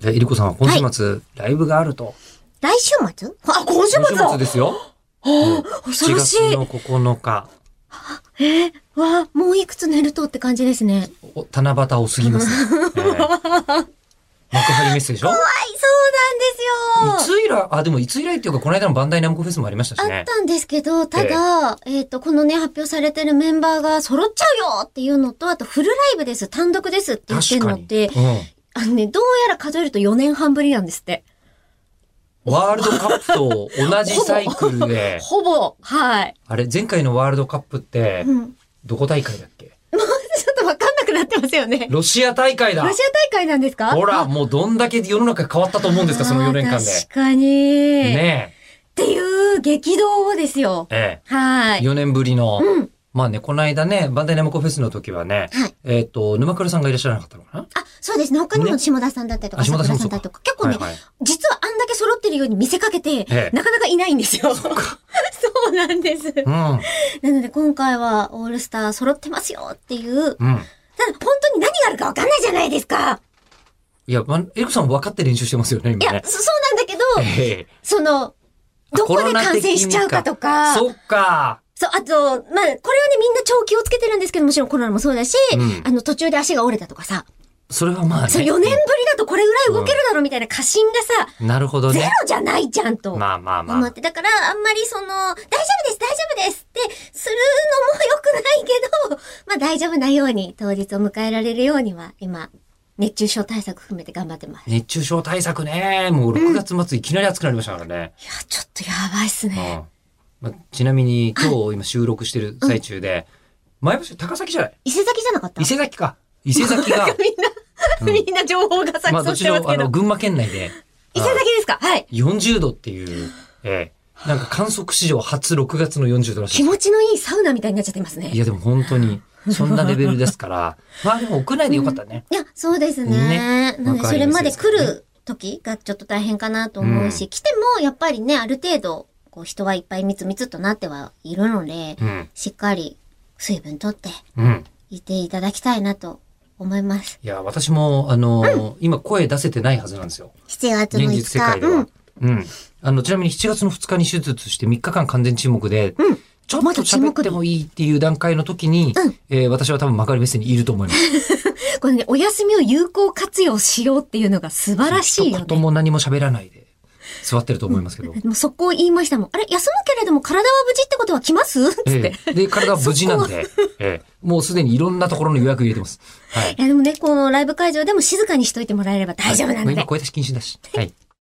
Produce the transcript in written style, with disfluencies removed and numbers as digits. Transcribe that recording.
で、えりこさんは今週末、ライブがあると。 来週末？あ、今週末だ。 今週末ですよ。 恐ろしい。 7月の9日。 わ、もういくつ寝るとって感じですね。 七夕多すぎますね。幕張メッセでしょ？ 怖い、そうなんですよ。 でもいつ以来っていうか、この間のバンダイナムコフェスもありましたしね。 あったんですけど、ただ、このね、発表されてるメンバーが揃っちゃうよっていうのと、あとフルライブです、単独ですって言ってるのって、どうやら数えると4年半ぶりなんですって。 ワールドカップと同じサイクルで。 ほぼ、はい。 あれ、前回のワールドカップって、どこ大会だっけ？ もうちょっとわかんなくなってますよね。 ロシア大会だ。 ロシア大会なんですか？ ほら、もうどんだけ世の中変わったと思うんですか、その4年間で。 確かに。 ねえ。っていう激動ですよ。はい。 4年ぶりの。まあね、この間ね、バンダイナムコフェスの時はね、沼倉さんがいらっしゃらなかったのかな？ あ、そうですね。他にも下田さんだったりとか、桜さんだったりとか、結構ね、実はあんだけ揃ってるように見せかけて、なかなかいないんですよ。そうなんです。なので今回はオールスター揃ってますよっていう。ただ本当に何があるかわかんないじゃないですか。 いや、エリコさん分かって練習してますよね、今ね。 いや、そうなんだけど、どこで感染しちゃうかとか。 そっか。 そう、あと、これはね、みんな超気をつけてるんですけど、もちろんコロナもそうだし、途中で足が折れたとかさ。 それはまあね。 そう、4年ぶりだとこれぐらい動けるだろうみたいな過信がさ、 なるほどね。 ゼロじゃないじゃんと。 まあ。 思って。だから、あんまり大丈夫ですってするのも良くないけど、まあ大丈夫なように当日を迎えられるようには、今、熱中症対策含めて頑張ってます。 熱中症対策ね。もう6月末いきなり暑くなりましたからね。 いや、ちょっとやばいっすね。 ちなみに今日今収録してる最中で、前橋高崎じゃない？ 伊勢崎じゃなかった？ 伊勢崎か。伊勢崎が。 みんな情報が錯綜してますけど。 群馬県内で。 伊勢崎ですか？はい。 40度っていう、なんか観測史上初6月の40度らしい。 気持ちのいいサウナみたいになっちゃってますね。 いやでも本当に、そんなレベルですから。まあでも屋内でよかったね。 いや、そうですね。なのでそれまで来る時がちょっと大変かなと思うし、来てもやっぱりね、ある程度、人はいっぱいみつみつとなってはいるので、しっかり水分取って、いていただきたいなと思います。 いや、私も、今声出せてないはずなんですよ。 7月の5日。 現実世界では。ちなみに7月の2日に手術して3日間完全沈黙で、ちょっと喋ってもいいっていう段階の時に、私は多分幕張メッセにいると思います。 これね、お休みを有効活用しようっていうのが素晴らしいよね。 一言も何も喋らないで。座ってると思いますけど。 もうそこを言いましたもん。あれ、休むけれども体は無事ってことは来ますつって。 で、体は無事なんで、もうすでにいろんなところの予約入れてます。はい。 いやでもね、このライブ会場でも静かにしといてもらえれば大丈夫なんで。 今声出し禁止だし。はい。